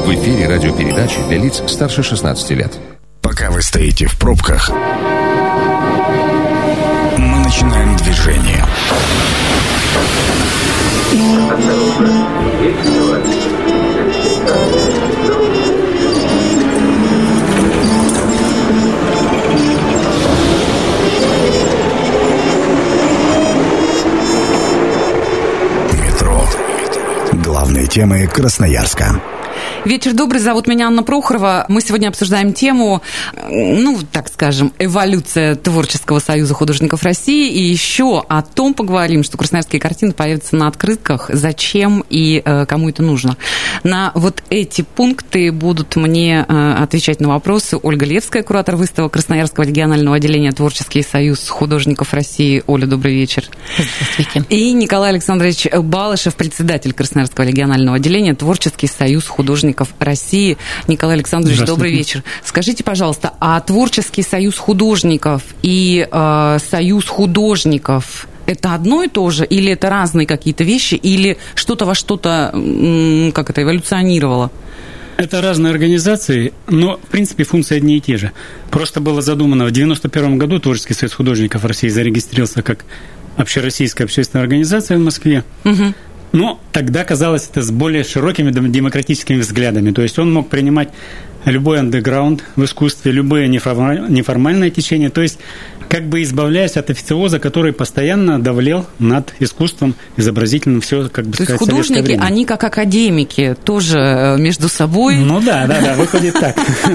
В эфире радиопередачи для лиц старше 16 лет. Пока вы стоите в пробках, мы начинаем движение. Метро. Главные темы Красноярска. Вечер добрый, зовут меня Анна Прохорова. Мы сегодня обсуждаем тему, так скажем, эволюция Творческого союза художников России. И еще о том поговорим, что красноярские картины появятся на открытках, зачем и кому это нужно. На вот эти пункты будут мне отвечать на вопросы Ольга Левская, куратор выставок Красноярского регионального отделения Творческий союз художников России. Оля, добрый вечер. Здравствуйте. И Николай Александрович Балышев, председатель Красноярского регионального отделения Творческий союз художников России. Николай Александрович, добрый вечер. Скажите, пожалуйста, а Творческий союз художников и союз художников – это одно и то же, или это разные какие-то вещи, или что-то во что-то, эволюционировало? Это разные организации, но, в принципе, функции одни и те же. Просто было задумано в 1991 году Творческий союз художников России зарегистрировался как общероссийская общественная организация в Москве. Угу. Но тогда казалось это с более широкими демократическими взглядами. То есть он мог принимать любой андеграунд в искусстве, любые неформальные течения. То есть как бы избавляясь от официоза, который постоянно давлел над искусством изобразительным, все, как бы сказать, советское время. То есть художники, они как академики, тоже между собой... Ну да, выходит так.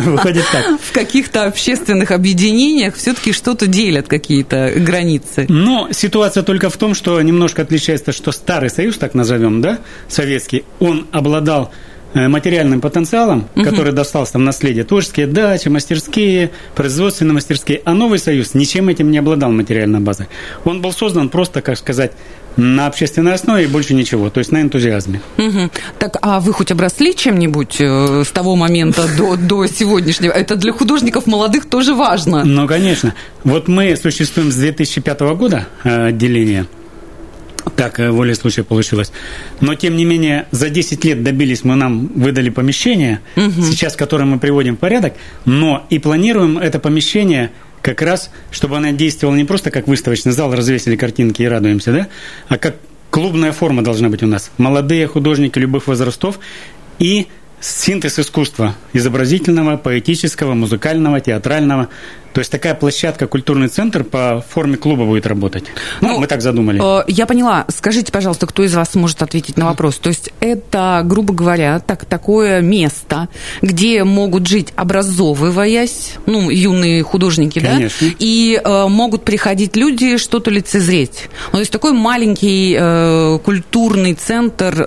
В каких-то общественных объединениях все-таки что-то делят, какие-то границы. Но ситуация только в том, что немножко отличается, что старый союз, так назовем, да, советский, он обладал материальным потенциалом, который достался в наследие, творческие дачи, мастерские, производственные мастерские, а новый союз ничем этим не обладал материальной базой. Он был создан просто, как сказать, на общественной основе и больше ничего, то есть на энтузиазме. Так, а вы хоть обросли чем-нибудь с того момента до сегодняшнего? Это для художников молодых тоже важно. Ну, конечно. Вот мы существуем с 2005 года, отделение. Так, волей случая получилось. Но, тем не менее, за 10 лет добились, нам выдали помещение, сейчас которое мы приводим в порядок, но и планируем это помещение как раз, чтобы оно действовало не просто как выставочный зал, развесили картинки и радуемся, да, а как клубная форма должна быть у нас. Молодые художники любых возрастов и синтез искусства изобразительного, поэтического, музыкального, театрального. То есть такая площадка, культурный центр по форме клуба будет работать. Мы так задумали. Я поняла. Скажите, пожалуйста, кто из вас может ответить на вопрос? То есть это, грубо говоря, такое место, где могут жить, образовываясь, юные художники, конечно, да? И могут приходить люди что-то лицезреть. То есть такой маленький культурный центр,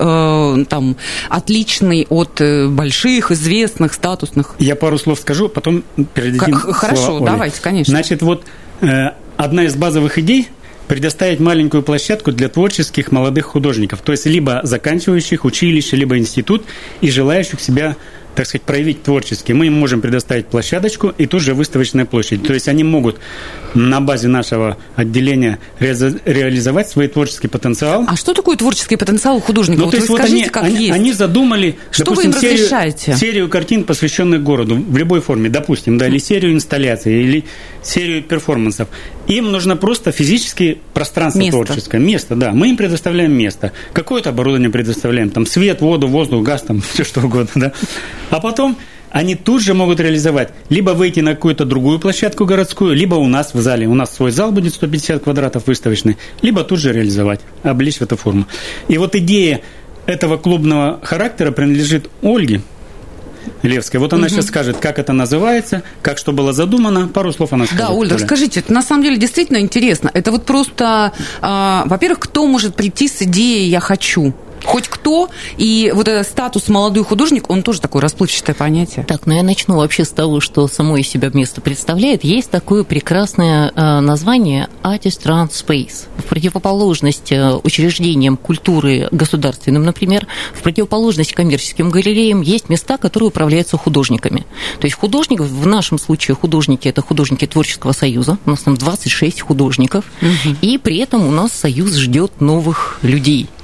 отличный от больших, известных, статусных. Я пару слов скажу, потом передадим Хорошо, слово Оле. Давайте, конечно. Значит, одна из базовых идей – предоставить маленькую площадку для творческих молодых художников, то есть либо заканчивающих училище, либо институт и желающих себя, так сказать, проявить творчески. Мы им можем предоставить площадочку и тут же выставочная площадь. То есть они могут на базе нашего отделения реализовать свой творческий потенциал. А что такое творческий потенциал у художника? Вы скажите, как есть. Они задумали, что допустим, вы им разрешаете? серию картин, посвященных городу, в любой форме, допустим, или серию инсталляций, или серию перформансов. Им нужно просто физически пространство творческое. Место, да. Мы им предоставляем место. Какое-то оборудование предоставляем. Там свет, воду, воздух, газ, там все что угодно, да. А потом они тут же могут реализовать, либо выйти на какую-то другую площадку городскую, либо у нас в зале. У нас свой зал будет 150 квадратов выставочный, либо тут же реализовать, облечь в эту форму. И вот идея этого клубного характера принадлежит Ольге Левской. Вот она сейчас скажет, как это называется, как что было задумано. Пару слов она скажет. Да, Ольга, расскажите, это на самом деле действительно интересно. Это вот просто, во-первых, кто может прийти с идеей «я хочу»? Хоть кто, и вот этот статус молодой художник, он тоже такое расплывчатое понятие. Так, я начну вообще с того, что само из себя место представляет. Есть такое прекрасное название Artist Run Space. В противоположность учреждениям культуры государственным, например, в противоположность коммерческим галереям есть места, которые управляются художниками. То есть художник, в нашем случае художники, это художники Творческого союза, у нас там 26 художников, и при этом у нас союз ждет новых людей.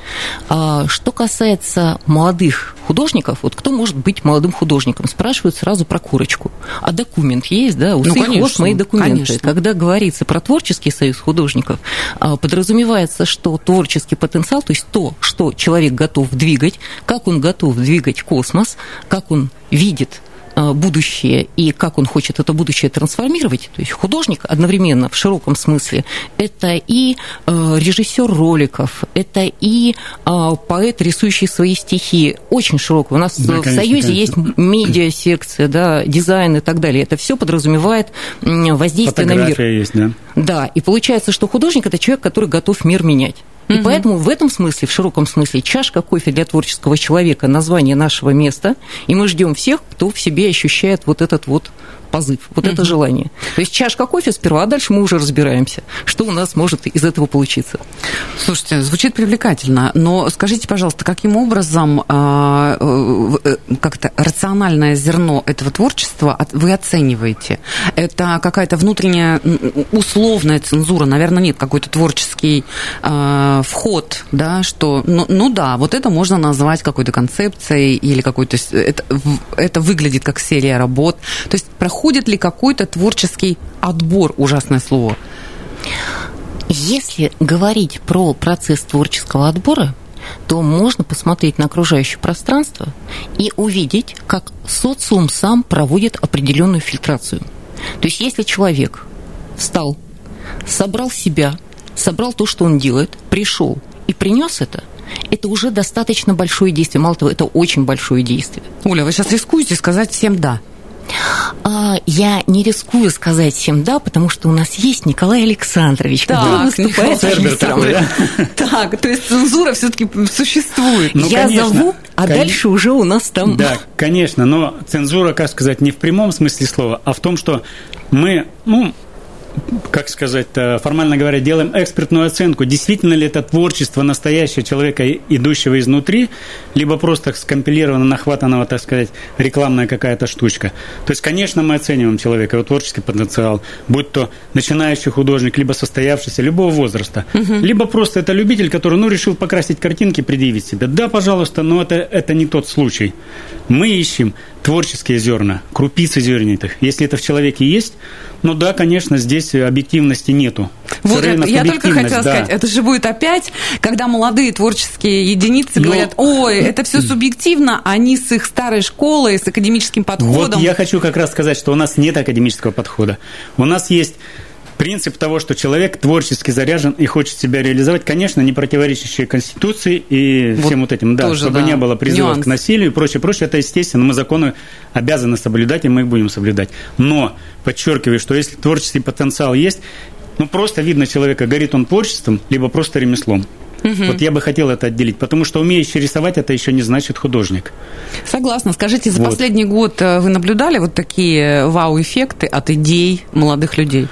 Что касается молодых художников, вот кто может быть молодым художником? Спрашивают сразу про корочку. А документ есть, да? Усы и хвост, мои документы. Конечно. Когда говорится про творческий союз художников, подразумевается, что творческий потенциал, то есть то, что человек готов двигать, как он готов двигать космос, как он видит будущее и как он хочет это будущее трансформировать. То есть художник одновременно в широком смысле это и режиссер роликов, это и поэт, рисующий свои стихи. Очень широко. У нас в Союзе есть медиа-секция, да, дизайн и так далее. Это все подразумевает воздействие на мир. Есть, да. Да, и получается, что художник – это человек, который готов мир менять. И поэтому в этом смысле, в широком смысле, чашка кофе для творческого человека – название нашего места, и мы ждем всех, кто в себе ощущает вот этот вот позыв, вот это желание. То есть чашка кофе сперва, а дальше мы уже разбираемся, что у нас может из этого получиться. Слушайте, звучит привлекательно, но скажите, пожалуйста, каким образом как-то рациональное зерно этого творчества вы оцениваете? Это какая-то внутренняя условная цензура, наверное, нет, какой-то творческий вход, да, что, ну да, вот это можно назвать какой-то концепцией или какой-то, это выглядит как серия работ, то есть проходит ли какой-то творческий отбор, ужасное слово? Если говорить про процесс творческого отбора, то можно посмотреть на окружающее пространство и увидеть, как социум сам проводит определенную фильтрацию. То есть если человек встал, собрал себя, собрал то, что он делает, пришел и принес это уже достаточно большое действие. Мало того, это очень большое действие. Оля, вы сейчас рискуете сказать всем «да». Я не рискую сказать всем «да», потому что у нас есть Николай Александрович, который выступает министром. Так, то есть цензура все-таки существует. Я зову, а дальше уже у нас там... Да, конечно, но цензура, как сказать, не в прямом смысле слова, а в том, что мы, как сказать, формально говоря, делаем экспертную оценку, действительно ли это творчество настоящего человека, идущего изнутри, либо просто скомпилировано, нахватанного, так сказать, рекламная какая-то штучка. То есть, конечно, мы оцениваем человека, его творческий потенциал, будь то начинающий художник, либо состоявшийся, любого возраста, либо просто это любитель, который, решил покрасить картинки, предъявить себе. Да, пожалуйста, но это не тот случай. Мы ищем творческие зерна, крупицы зернитых. Если это в человеке есть, да, конечно, здесь объективности нету. Вот я только хотела сказать, это же будет опять, когда молодые творческие единицы говорят, ой, это все субъективно, они с их старой школой, с академическим подходом. Вот я хочу как раз сказать, что у нас нет академического подхода. У нас есть принцип того, что человек творчески заряжен и хочет себя реализовать, конечно, не противоречащие Конституции и всем вот этим, да, тоже, чтобы не было призывов к насилию и прочее, это естественно, мы законы обязаны соблюдать, и мы их будем соблюдать. Но, подчеркиваю, что если творческий потенциал есть, просто видно человека, горит он творчеством, либо просто ремеслом. Вот я бы хотел это отделить, потому что умеющий рисовать, это еще не значит художник. Согласна. Скажите, за последний год вы наблюдали вот такие вау-эффекты от идей молодых людей?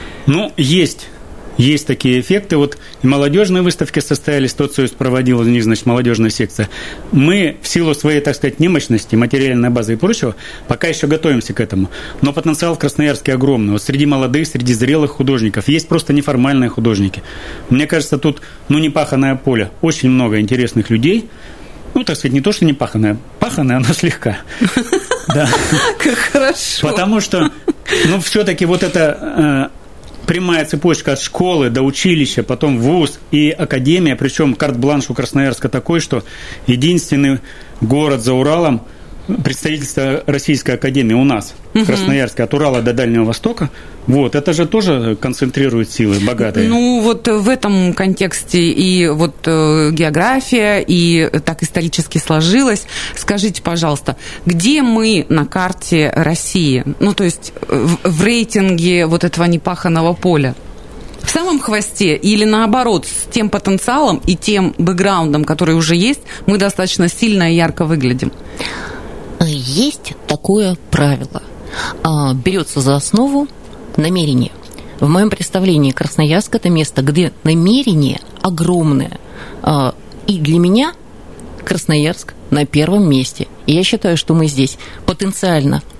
Есть такие эффекты. Вот и молодежные выставки состоялись, тот союз проводил, у них, молодежная секция. Мы в силу своей, так сказать, немощности, материальной базы и прочего, пока еще готовимся к этому. Но потенциал в Красноярске огромный. Вот среди молодых, среди зрелых художников есть просто неформальные художники. Мне кажется, тут, не паханое поле. Очень много интересных людей. Так сказать, не то, что не паханое. Паханое, оно слегка. Да. Как хорошо. Потому что, все-таки вот это... прямая цепочка от школы до училища, потом вуз и академия, причем карт-бланш у Красноярска такой, что единственный город за Уралом, представительство Российской академии у нас, в Красноярске, от Урала до Дальнего Востока, это же тоже концентрирует силы богатые. Вот в этом контексте и география, и так исторически сложилось. Скажите, пожалуйста, где мы на карте России? То есть в рейтинге этого непаханого поля? В самом хвосте или наоборот, с тем потенциалом и тем бэкграундом, который уже есть, мы достаточно сильно и ярко выглядим? Есть такое правило. Берется за основу намерение. В моем представлении Красноярск – это место, где намерение огромное. И для меня Красноярск на первом месте. И я считаю, что мы здесь потенциально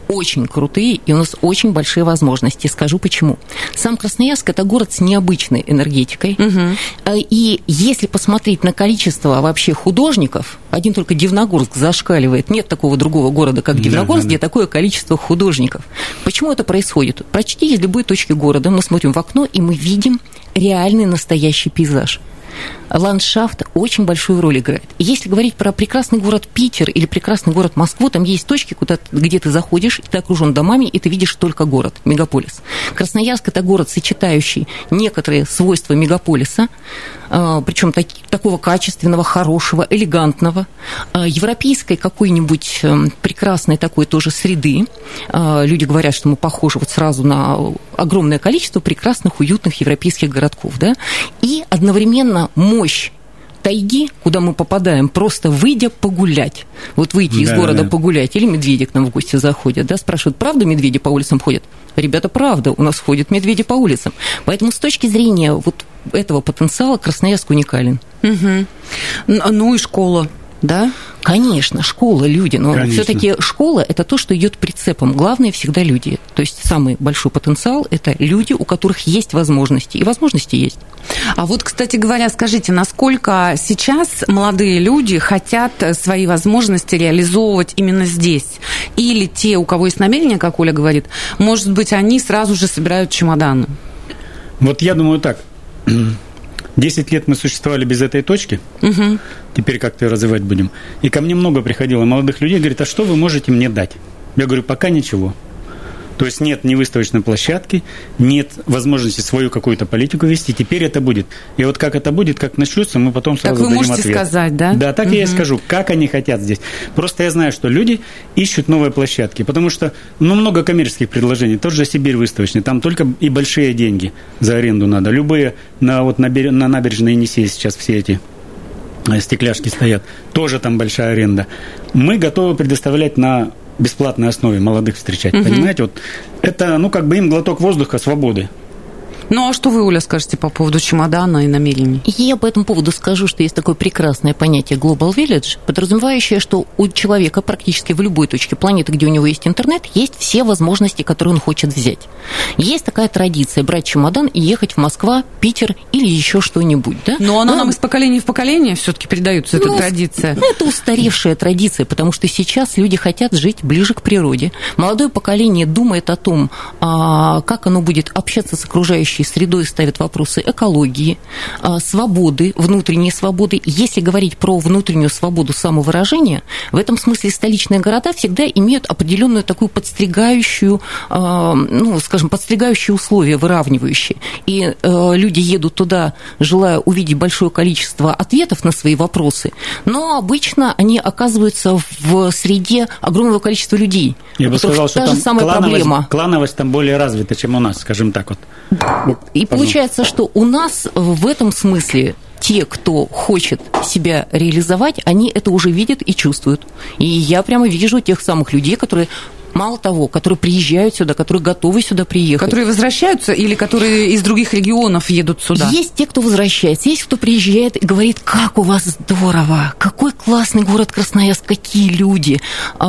очень крутые, и у нас очень большие возможности. Скажу почему. Сам Красноярск – это город с необычной энергетикой. И если посмотреть на количество вообще художников, один только Дивногорск зашкаливает. Нет такого другого города, как Дивногорск, где такое количество художников. Почему это происходит? Почти из любой точки города мы смотрим в окно, и мы видим реальный настоящий пейзаж. Ландшафт очень большую роль играет. И если говорить про прекрасный город Питер или прекрасный город Москву, там есть точки, где ты заходишь, ты окружен домами, и ты видишь только город, мегаполис. Красноярск – это город, сочетающий некоторые свойства мегаполиса, причем такого качественного, хорошего, элегантного, европейской какой-нибудь прекрасной такой тоже среды. Люди говорят, что мы похожи вот сразу на огромное количество прекрасных, уютных европейских городков, да? И одновременно мощь тайги, куда мы попадаем, просто выйдя погулять. Вот выйти из города погулять, или медведи к нам в гости заходят, да, спрашивают, правда медведи по улицам ходят? Ребята, правда, у нас ходят медведи по улицам. Поэтому с точки зрения вот этого потенциала Красноярск уникален. Ну и школа, да? Конечно, школа, люди, но все-таки школа – это то, что идет прицепом. Главное всегда люди. То есть самый большой потенциал – это люди, у которых есть возможности, и возможности есть. А вот, кстати говоря, скажите, насколько сейчас молодые люди хотят свои возможности реализовывать именно здесь? Или те, у кого есть намерение, как Оля говорит, может быть, они сразу же собирают чемоданы? Вот я думаю так. 10 лет мы существовали без этой точки, теперь как-то ее развивать будем. И ко мне много приходило молодых людей, говорят, а что вы можете мне дать? Я говорю, пока ничего. То есть нет ни выставочной площадки, нет возможности свою какую-то политику вести. Теперь это будет. И вот как это будет, как начнется, мы потом сразу дадим ответ. Так вы можете сказать, да? Да, так я и скажу, как они хотят здесь. Просто я знаю, что люди ищут новые площадки, потому что много коммерческих предложений. Тот же Сибирь выставочный, там только и большие деньги за аренду надо. Любые, на набережной Енисея сейчас все эти стекляшки стоят, тоже там большая аренда. Мы готовы предоставлять на бесплатной основе молодых встречать, понимаете? Вот это, им глоток воздуха, свободы. Ну, а что вы, Оля, скажете по поводу чемодана и намерений? Я по этому поводу скажу, что есть такое прекрасное понятие Global Village, подразумевающее, что у человека практически в любой точке планеты, где у него есть интернет, есть все возможности, которые он хочет взять. Есть такая традиция брать чемодан и ехать в Москву, Питер или еще что-нибудь, да? Но она нам из поколения в поколение все-таки передается, эта традиция. Это устаревшая традиция, потому что сейчас люди хотят жить ближе к природе. Молодое поколение думает о том, как оно будет общаться с окружающей средой, ставят вопросы экологии, свободы, внутренней свободы. Если говорить про внутреннюю свободу самовыражения, в этом смысле столичные города всегда имеют определенную такую подстригающую, подстригающие условия, выравнивающие. И люди едут туда, желая увидеть большое количество ответов на свои вопросы, но обычно они оказываются в среде огромного количества людей. Я бы сказал, что там самая проблема. Клановость там более развита, чем у нас, скажем так вот. И получается, что у нас в этом смысле те, кто хочет себя реализовать, они это уже видят и чувствуют. И я прямо вижу тех самых людей, которые... Мало того, которые приезжают сюда, которые готовы сюда приехать. Которые возвращаются или которые из других регионов едут сюда? Есть те, кто возвращается, есть кто приезжает и говорит, как у вас здорово, какой классный город Красноярск, какие люди.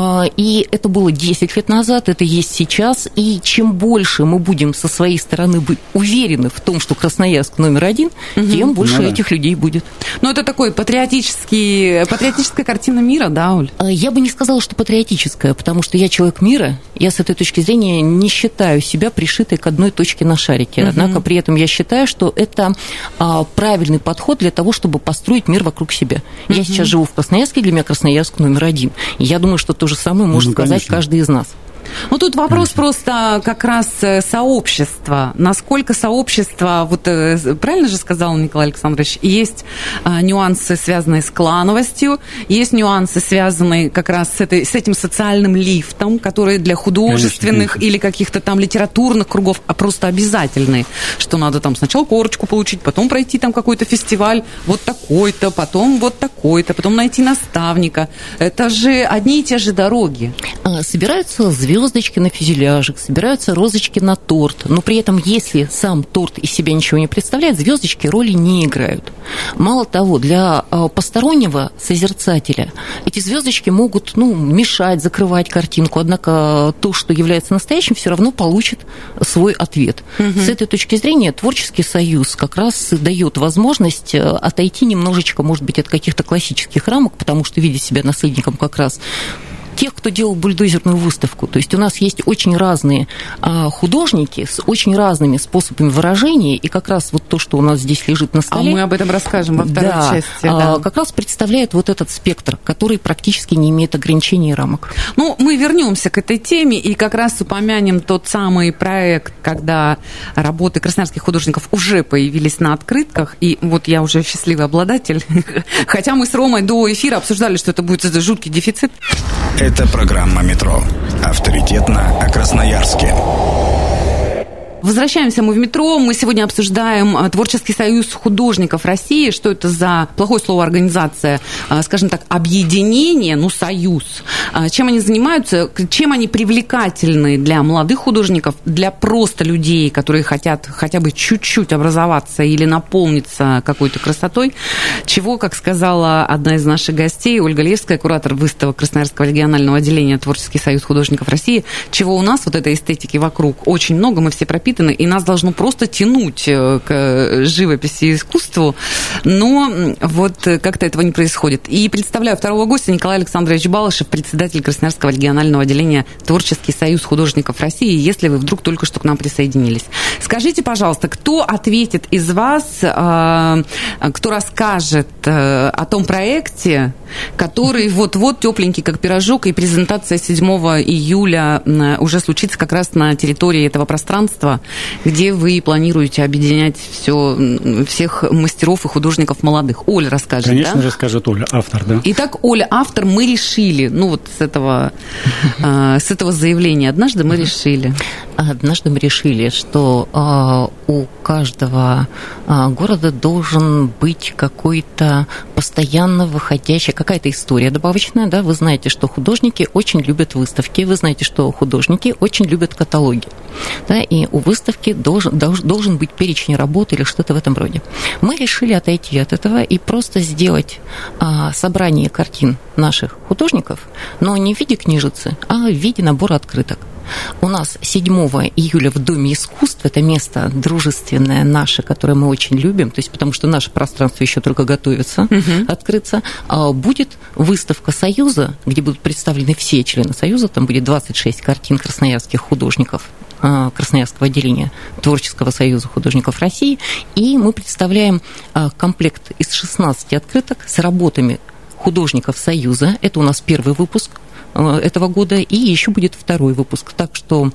И это было 10 лет назад, это есть сейчас. И чем больше мы будем со своей стороны быть уверены в том, что Красноярск номер один, тем больше этих людей будет. Ну, это такой патриотическая картина мира, да, Оль? Я бы не сказала, что патриотическая, потому что я человек мира. Я с этой точки зрения не считаю себя пришитой к одной точке на шарике. Однако при этом я считаю, что это правильный подход для того, чтобы построить мир вокруг себя. Я сейчас живу в Красноярске, для меня Красноярск номер один. И я думаю, что то же самое может сказать каждый из нас. Ну, тут вопрос просто как раз сообщества. Насколько сообщество, вот правильно же сказал Николай Александрович, есть нюансы, связанные с клановостью, есть нюансы, связанные как раз с этим социальным лифтом, которые для художественных или каких-то там литературных кругов просто обязательны, что надо там сначала корочку получить, потом пройти там какой-то фестиваль вот такой-то, потом вот такой-то, потом найти наставника. Это же одни и те же дороги. Собираются звездочки на фюзеляжах, собираются розочки на торт, но при этом, если сам торт из себя ничего не представляет, звездочки роли не играют. Мало того, для постороннего созерцателя эти звездочки могут мешать, закрывать картинку, однако то, что является настоящим, все равно получит свой ответ. С этой точки зрения Творческий союз как раз дает возможность отойти немножечко, может быть, от каких-то классических рамок, потому что видит себя наследником как раз тех, кто делал бульдозерную выставку. То есть у нас есть очень разные художники с очень разными способами выражения, и как раз вот то, что у нас здесь лежит на столе... А мы об этом расскажем во второй части. Да. Как раз представляет вот этот спектр, который практически не имеет ограничений и рамок. Мы вернемся к этой теме и как раз упомянем тот самый проект, когда работы красноярских художников уже появились на открытках, и вот я уже счастливый обладатель, хотя мы с Ромой до эфира обсуждали, что это будет жуткий дефицит. Это программа «Метро». Авторитетно о Красноярске. Возвращаемся мы в метро. Мы сегодня обсуждаем Творческий союз художников России. Что это за, плохое слово, организация, скажем так, объединение, союз. Чем они занимаются, чем они привлекательны для молодых художников, для просто людей, которые хотят хотя бы чуть-чуть образоваться или наполниться какой-то красотой. Чего, как сказала одна из наших гостей, Ольга Левская, куратор выставок Красноярского регионального отделения Творческий союз художников России, чего у нас вот этой эстетики вокруг очень много, мы все пропитаны, и нас должно просто тянуть к живописи и искусству, но вот как-то этого не происходит. И представляю второго гостя, Николай Александрович Балышев, председатель Красноярского регионального отделения Творческий союз художников России, если вы вдруг только что к нам присоединились. Скажите, пожалуйста, кто ответит из вас, кто расскажет о том проекте, который вот-вот тепленький, как пирожок, и презентация 7 июля уже случится как раз на территории этого пространства, где вы планируете объединять всех мастеров и художников молодых. Оля расскажет, Конечно же, скажет Оля, автор, да. Итак, Оля, автор, мы решили, с этого заявления однажды мы решили, что у каждого города должен быть какой-то постоянно выходящий, какая-то история добавочная, да, вы знаете, что художники очень любят выставки, вы знаете, что художники очень любят каталоги, да, и у выставки должен быть перечень работы или что-то в этом роде. Мы решили отойти от этого и просто сделать собрание картин наших художников, но не в виде книжицы, а в виде набора открыток. У нас 7 июля в Доме искусств, это место дружественное наше, которое мы очень любим, то есть потому что наше пространство еще только готовится открыться, будет выставка Союза, где будут представлены все члены Союза, там будет 26 картин красноярских художников, Красноярского отделения Творческого союза художников России, и мы представляем комплект из 16 открыток с работами художников Союза, это у нас первый выпуск этого года, и еще будет второй выпуск. Так что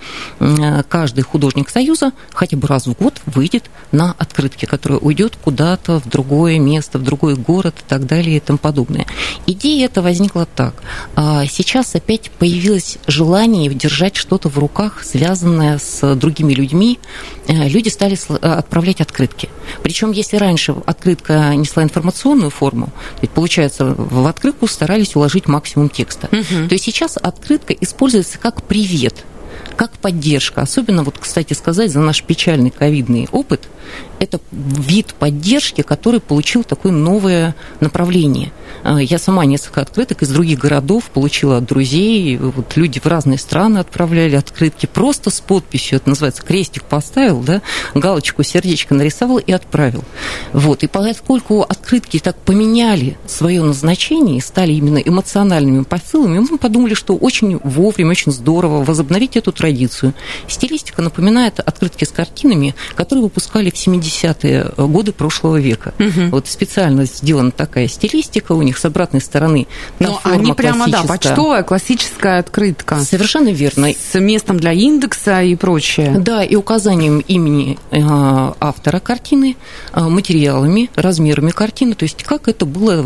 каждый художник Союза хотя бы раз в год выйдет на открытки, которая уйдет куда-то в другое место, в другой город и так далее и тому подобное. Идея эта возникла так. Сейчас опять появилось желание держать что-то в руках, связанное с другими людьми. Люди стали отправлять открытки. Причем, если раньше открытка несла информационную форму, то есть, получается, в открытку старались уложить максимум текста. То есть сейчас открытка используется как привет, как поддержка. Особенно, кстати сказать, за наш печальный ковидный опыт, это вид поддержки, который получил такое новое направление. Я сама несколько открыток из других городов получила от друзей. Люди в разные страны отправляли открытки просто с подписью. Это называется крестик поставил, да, галочку, сердечко нарисовал и отправил. И поскольку открытки так поменяли свое назначение и стали именно эмоциональными посылами, мы подумали, что очень вовремя, очень здорово возобновить эту традицию. Стилистика напоминает открытки с картинами, которые выпускали в 70-е годы прошлого века. Специально сделана такая стилистика, у них с обратной стороны форма они прямо, да, почтовая классическая открытка. Совершенно верно. С местом для индекса и прочее. Да, и указанием имени автора картины, материалами, размерами картины, то есть как это было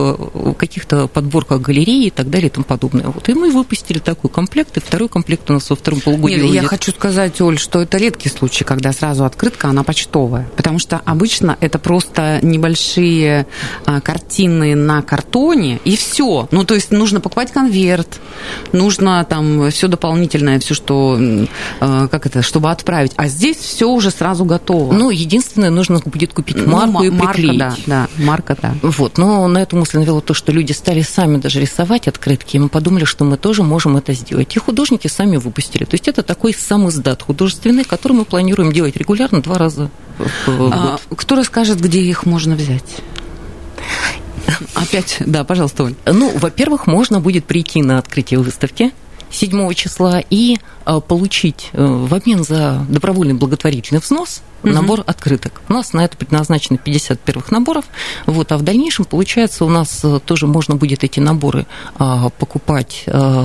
в каких-то подборках галереи и так далее и тому подобное. И мы выпустили такой комплект, и второй комплект у нас во втором полугодия Нет, уйдет. я хочу сказать, Оль, что это редкий случай, когда сразу открытка, она почтовая. Потому что обычно это просто небольшие картины на картоне, и все. Ну, то есть нужно покупать конверт, нужно там все дополнительное, все, что, чтобы отправить. А здесь все уже сразу готово. Ну, единственное, нужно будет купить марку и приклеить. Марка, да. Вот, но на эту мысль навело то, что люди стали сами даже рисовать открытки, и мы подумали, что мы тоже можем это сделать. И художники сами выпустили. То есть это такой сам издат художественный, который мы планируем делать регулярно 2 раза в год. Кто расскажет, где их можно взять? Опять, да, пожалуйста, Оль. Ну, во-первых, можно будет прийти на открытие выставки 7 числа и получить в обмен за добровольный благотворительный взнос набор открыток. У нас на это предназначено 50 первых наборов, вот, а в дальнейшем, получается, у нас тоже можно будет эти наборы покупать,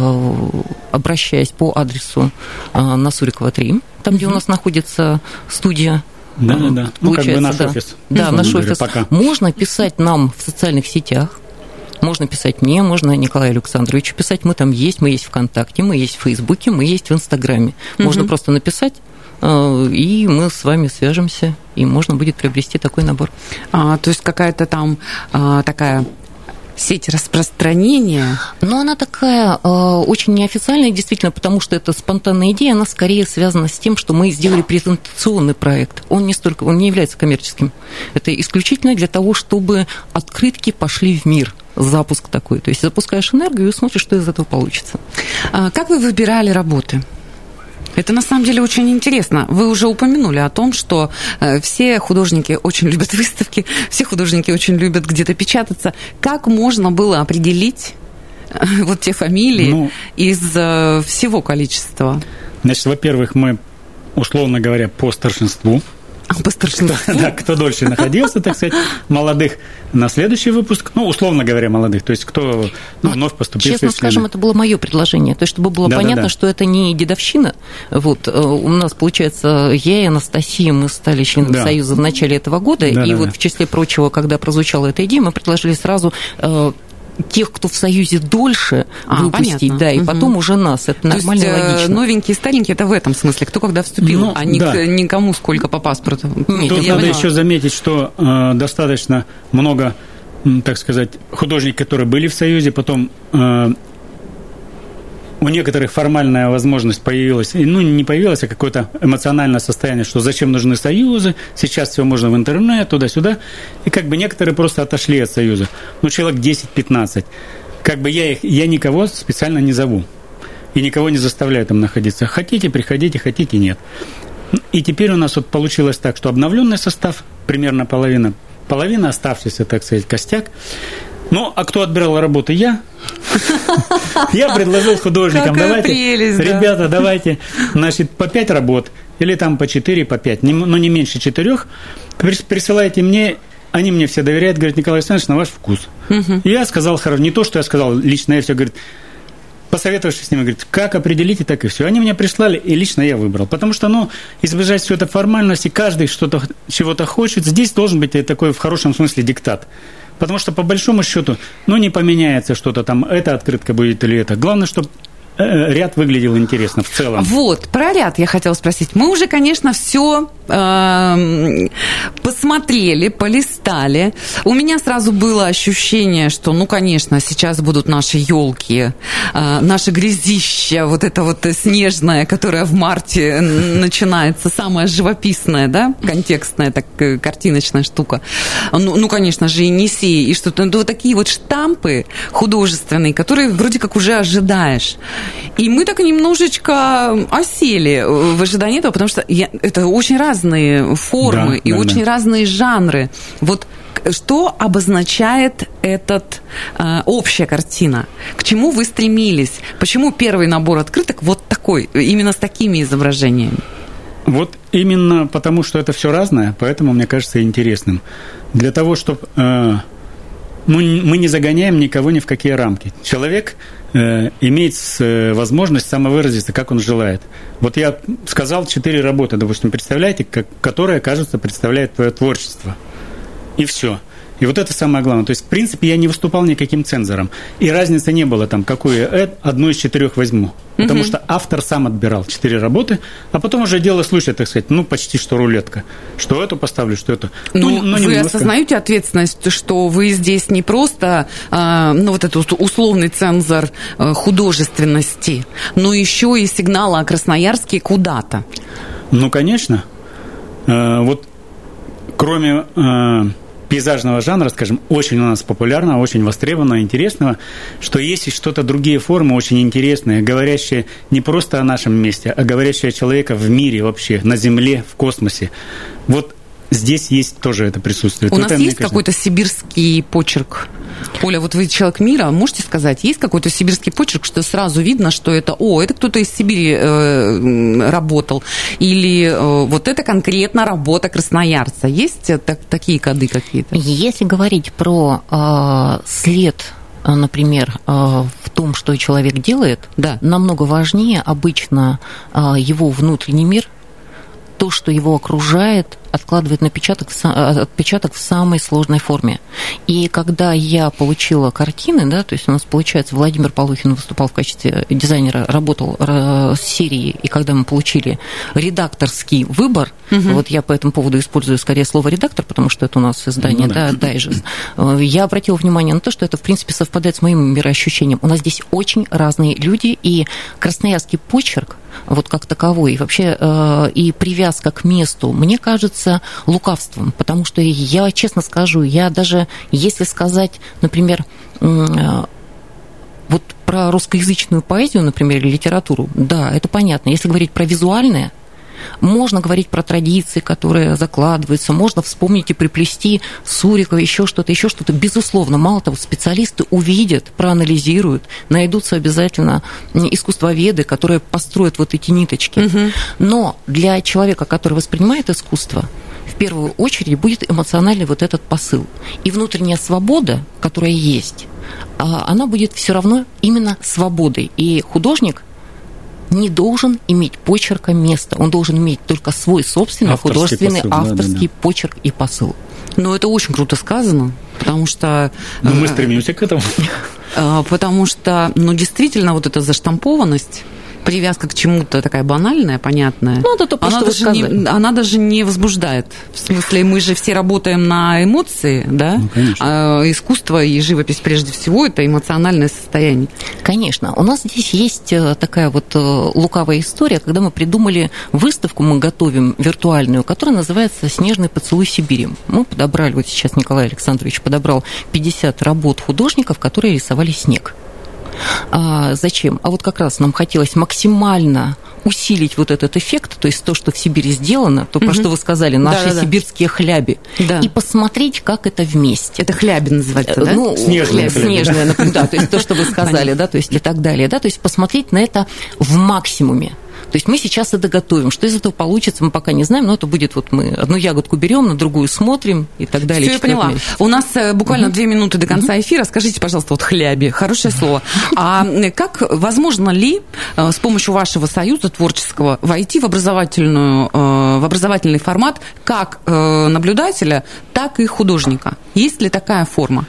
обращаясь по адресу на Сурикова 3, там, где у нас находится студия. Да. Ну, как бы наш офис. Да, наш офис. Пока. Можно писать нам в социальных сетях. Можно писать мне, можно Николаю Александровичу писать. Мы там есть, мы есть ВКонтакте, мы есть в Фейсбуке, мы есть в Инстаграме. Можно просто написать, и мы с вами свяжемся, и можно будет приобрести такой набор. То есть какая-то там такая сеть распространения? Но она такая очень неофициальная, действительно, потому что это спонтанная идея, она скорее связана с тем, что мы сделали презентационный проект. Он не является коммерческим. Это исключительно для того, чтобы открытки пошли в мир. Запуск такой. То есть запускаешь энергию и смотришь, что из этого получится. Как вы выбирали работы? Это на самом деле очень интересно. Вы уже упомянули о том, что все художники очень любят выставки, все художники очень любят где-то печататься. Как можно было определить вот те фамилии из всего количества? Значит, во-первых, мы, условно говоря, по старшинству. По старшинству? Да, кто дольше находился, так сказать, молодых на следующий выпуск, условно говоря, молодых, то есть кто вновь поступил. Честно скажем, это было мое предложение, то есть чтобы было понятно, что это не дедовщина. Вот, у нас, получается, я и Анастасия, мы стали членами Союза в начале этого года, и вот в числе прочего, когда прозвучала эта идея, мы предложили сразу тех, кто в Союзе дольше, выпустить, понятно. Да, и потом уже нас. Это нормально, логично. Новенькие, старенькие, это в этом смысле, кто когда вступил, никому сколько по паспорту. Тут надо еще заметить, что достаточно много, так сказать, художников, которые были в Союзе, потом у некоторых формальная возможность появилась, не появилась, а какое-то эмоциональное состояние, что зачем нужны союзы, сейчас все можно в интернет, туда-сюда, и как бы некоторые просто отошли от союза. Человек 10-15. Как бы я никого специально не зову, и никого не заставляю там находиться. Хотите, приходите, хотите, нет. И теперь у нас вот получилось так, что обновленный состав, примерно половина оставшийся, так сказать, костяк. А кто отбирал работу? Я. Я предложил художникам, ребята, давайте, значит, по 5 работ, или там по 4, по 5, не меньше 4, присылайте мне, они мне все доверяют, говорят, Николай Александрович, на ваш вкус. Я сказал, не то, что я сказал, лично я все, говорит, посоветовавшись с ними, говорит, как определите, так и все. Они мне прислали, и лично я выбрал. Потому что, избежать все это формальности, каждый чего-то хочет, здесь должен быть такой, в хорошем смысле, диктат. Потому что, по большому счету, не поменяется что-то там, эта открытка будет или это. Главное, чтобы ряд выглядел интересно в целом. Вот, про ряд я хотела спросить. Мы уже, конечно, все посмотрели, полистали. У меня сразу было ощущение, что, конечно, сейчас будут наши елки, наше грязище, вот это вот снежное, которое в марте начинается, самая живописная, да, контекстная, так, картиночная штука. Конечно же, Енисей, и что-то, вот такие вот штампы художественные, которые вроде как уже ожидаешь. И мы так немножечко осели в ожидании этого, потому что это очень разные формы и очень разные жанры. Вот что обозначает этот общая картина? К чему вы стремились? Почему первый набор открыток вот такой, именно с такими изображениями? Вот именно потому, что это все разное, поэтому, мне кажется, интересным. Для того, чтобы... мы не загоняем никого ни в какие рамки. Человек имеет возможность самовыразиться, как он желает. Вот я сказал 4 работы, допустим, представляете, которые, кажется, представляют твое творчество. И все. И вот это самое главное. То есть, в принципе, я не выступал никаким цензором. И разницы не было там, какую я одну из 4 возьму. Потому что автор сам отбирал 4 работы, а потом уже дело случая, так сказать, почти что рулетка. Что эту поставлю, что эту. Вы осознаете ответственность, что вы здесь не просто вот этот условный цензор художественности, но еще и сигналы о Красноярске куда-то? Конечно. Вот кроме пейзажного жанра, скажем, очень у нас популярного, очень востребованного, интересного, что есть и что-то другие формы очень интересные, говорящие не просто о нашем месте, а говорящие о человеке в мире вообще, на Земле, в космосе. Вот здесь есть тоже это присутствие. У нас есть какой-то сибирский почерк? Оля, вот вы человек мира, можете сказать, есть какой-то сибирский почерк, что сразу видно, что это кто-то из Сибири работал, или вот это конкретно работа красноярца? Есть такие коды какие-то? Если говорить про след, например, в том, что человек делает, намного важнее обычно его внутренний мир, то, что его окружает, откладывает отпечаток в самой сложной форме. И когда я получила картины, то есть у нас, получается, Владимир Полухин выступал в качестве дизайнера, работал с серией, и когда мы получили редакторский выбор, вот я по этому поводу использую скорее слово «редактор», потому что это у нас издание, дайджест, я обратила внимание на то, что это, в принципе, совпадает с моим мироощущением. У нас здесь очень разные люди, и красноярский почерк, вот как таковой, и вообще и привязка к месту, мне кажется, лукавством, потому что я честно скажу, я даже, если сказать, например, вот про русскоязычную поэзию, например, или литературу, это понятно. Если говорить про визуальное, можно говорить про традиции, которые закладываются, можно вспомнить и приплести Сурикова, еще что-то. Безусловно, мало того, специалисты увидят, проанализируют, найдутся обязательно искусствоведы, которые построят вот эти ниточки. Но для человека, который воспринимает искусство, в первую очередь будет эмоциональный вот этот посыл. И внутренняя свобода, которая есть, она будет все равно именно свободой. И художник не должен иметь почерка места. Он должен иметь только свой собственный художественный авторский почерк и посыл. Но это очень круто сказано, потому что... мы стремимся к этому. Потому что, действительно, вот эта заштампованность, привязка к чему-то такая банальная, понятная, она даже не возбуждает. В смысле, мы же все работаем на эмоции, а искусство и живопись прежде всего – это эмоциональное состояние. Конечно. У нас здесь есть такая вот лукавая история, когда мы придумали выставку, мы готовим виртуальную, которая называется «Снежный поцелуй Сибири». Мы подобрали, вот сейчас Николай Александрович подобрал 50 работ художников, которые рисовали снег. Зачем? А вот как раз нам хотелось максимально усилить вот этот эффект, то есть то, что в Сибири сделано, то, про что вы сказали, наши сибирские хляби, и посмотреть, как это вместе. Это хляби называется, да? Снежные, например, то есть то, что вы сказали, то есть и так далее, то есть посмотреть на это в максимуме. То есть мы сейчас это готовим. Что из этого получится, мы пока не знаем, но это будет вот мы одну ягодку берем, на другую смотрим и так далее. Все, я поняла. У нас буквально 2 минуты до конца эфира. Скажите, пожалуйста, вот хляби, хорошее слово. А как, возможно ли с помощью вашего союза творческого войти в образовательный формат как наблюдателя, так и художника? Есть ли такая форма?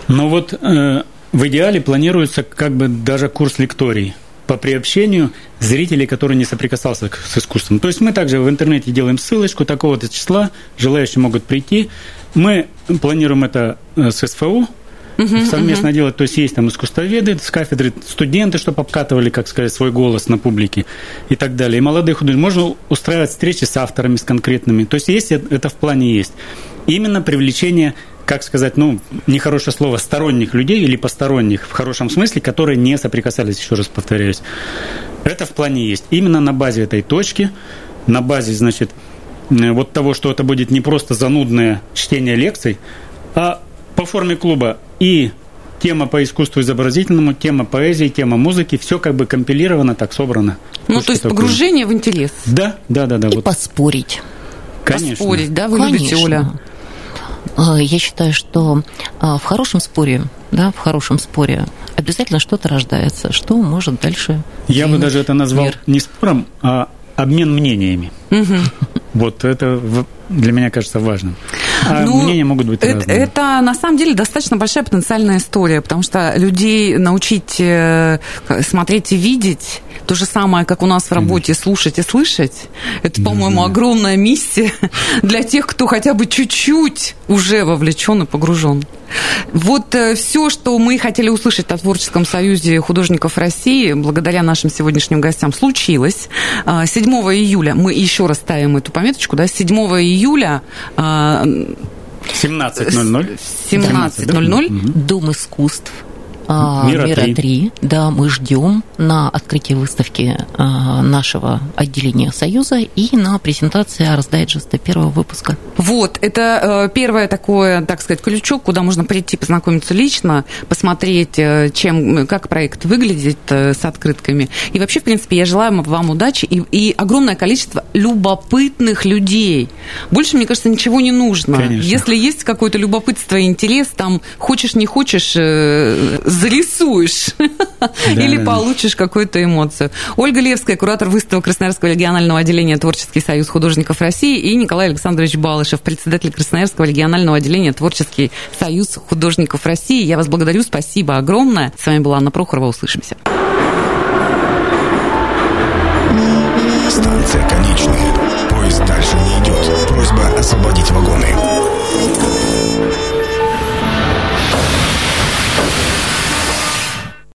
В идеале планируется даже курс лекторий по приобщению зрителей, которые не соприкасался с искусством. То есть мы также в интернете делаем ссылочку такого-то числа, желающие могут прийти. Мы планируем это с СФУ совместно делать, то есть есть там искусствоведы с кафедры, студенты, чтобы обкатывали, как сказать, свой голос на публике и так далее. И молодые художники. Можно устраивать встречи с авторами, с конкретными. То есть это в плане есть. Именно привлечение, как сказать, нехорошее слово, сторонних людей или посторонних, в хорошем смысле, которые не соприкасались, еще раз повторяюсь. Это в плане есть. Именно на базе этой точки, на базе, значит, вот того, что это будет не просто занудное чтение лекций, а по форме клуба и тема по искусству изобразительному, тема поэзии, тема музыки, все компилировано, так собрано. То есть погружение в интерес. Да. И поспорить. Конечно. Поспорить, да, вы любите, Оля? Я считаю, что в хорошем споре, обязательно что-то рождается, что может дальше... Я бы даже это назвал не спором, а обмен мнениями. Вот это для меня кажется важным. мнения могут быть разные. Это, на самом деле, достаточно большая потенциальная история, потому что людей научить смотреть и видеть то же самое, как у нас в работе, слушать и слышать, это, по-моему, огромная миссия для тех, кто хотя бы чуть-чуть уже вовлечен и погружен. Вот все, что мы хотели услышать о Творческом союзе художников России, благодаря нашим сегодняшним гостям, случилось. 7 июля, мы еще раз ставим эту пометочку, да, 7 июля... 17:00. Дом искусств. Мира 3. Да, мы ждем на открытии выставки нашего отделения Союза и на презентации арт-дайджеста первого выпуска. Вот, это первое такое, так сказать, крючок, куда можно прийти, познакомиться лично, посмотреть, как проект выглядит с открытками. И вообще, в принципе, я желаю вам удачи и огромное количество любопытных людей. Больше, мне кажется, ничего не нужно. Конечно. Если есть какое-то любопытство и интерес, там, хочешь, не хочешь, зарисуешь или получишь какую-то эмоцию. Ольга Левская, куратор выставок Красноярского регионального отделения Творческий союз художников России, и Николай Александрович Балышев, председатель Красноярского регионального отделения Творческий союз художников России. Я вас благодарю, спасибо огромное. С вами была Анна Прохорова, услышимся. Станция конечная. Поезд дальше не идет. Просьба освободить вагон.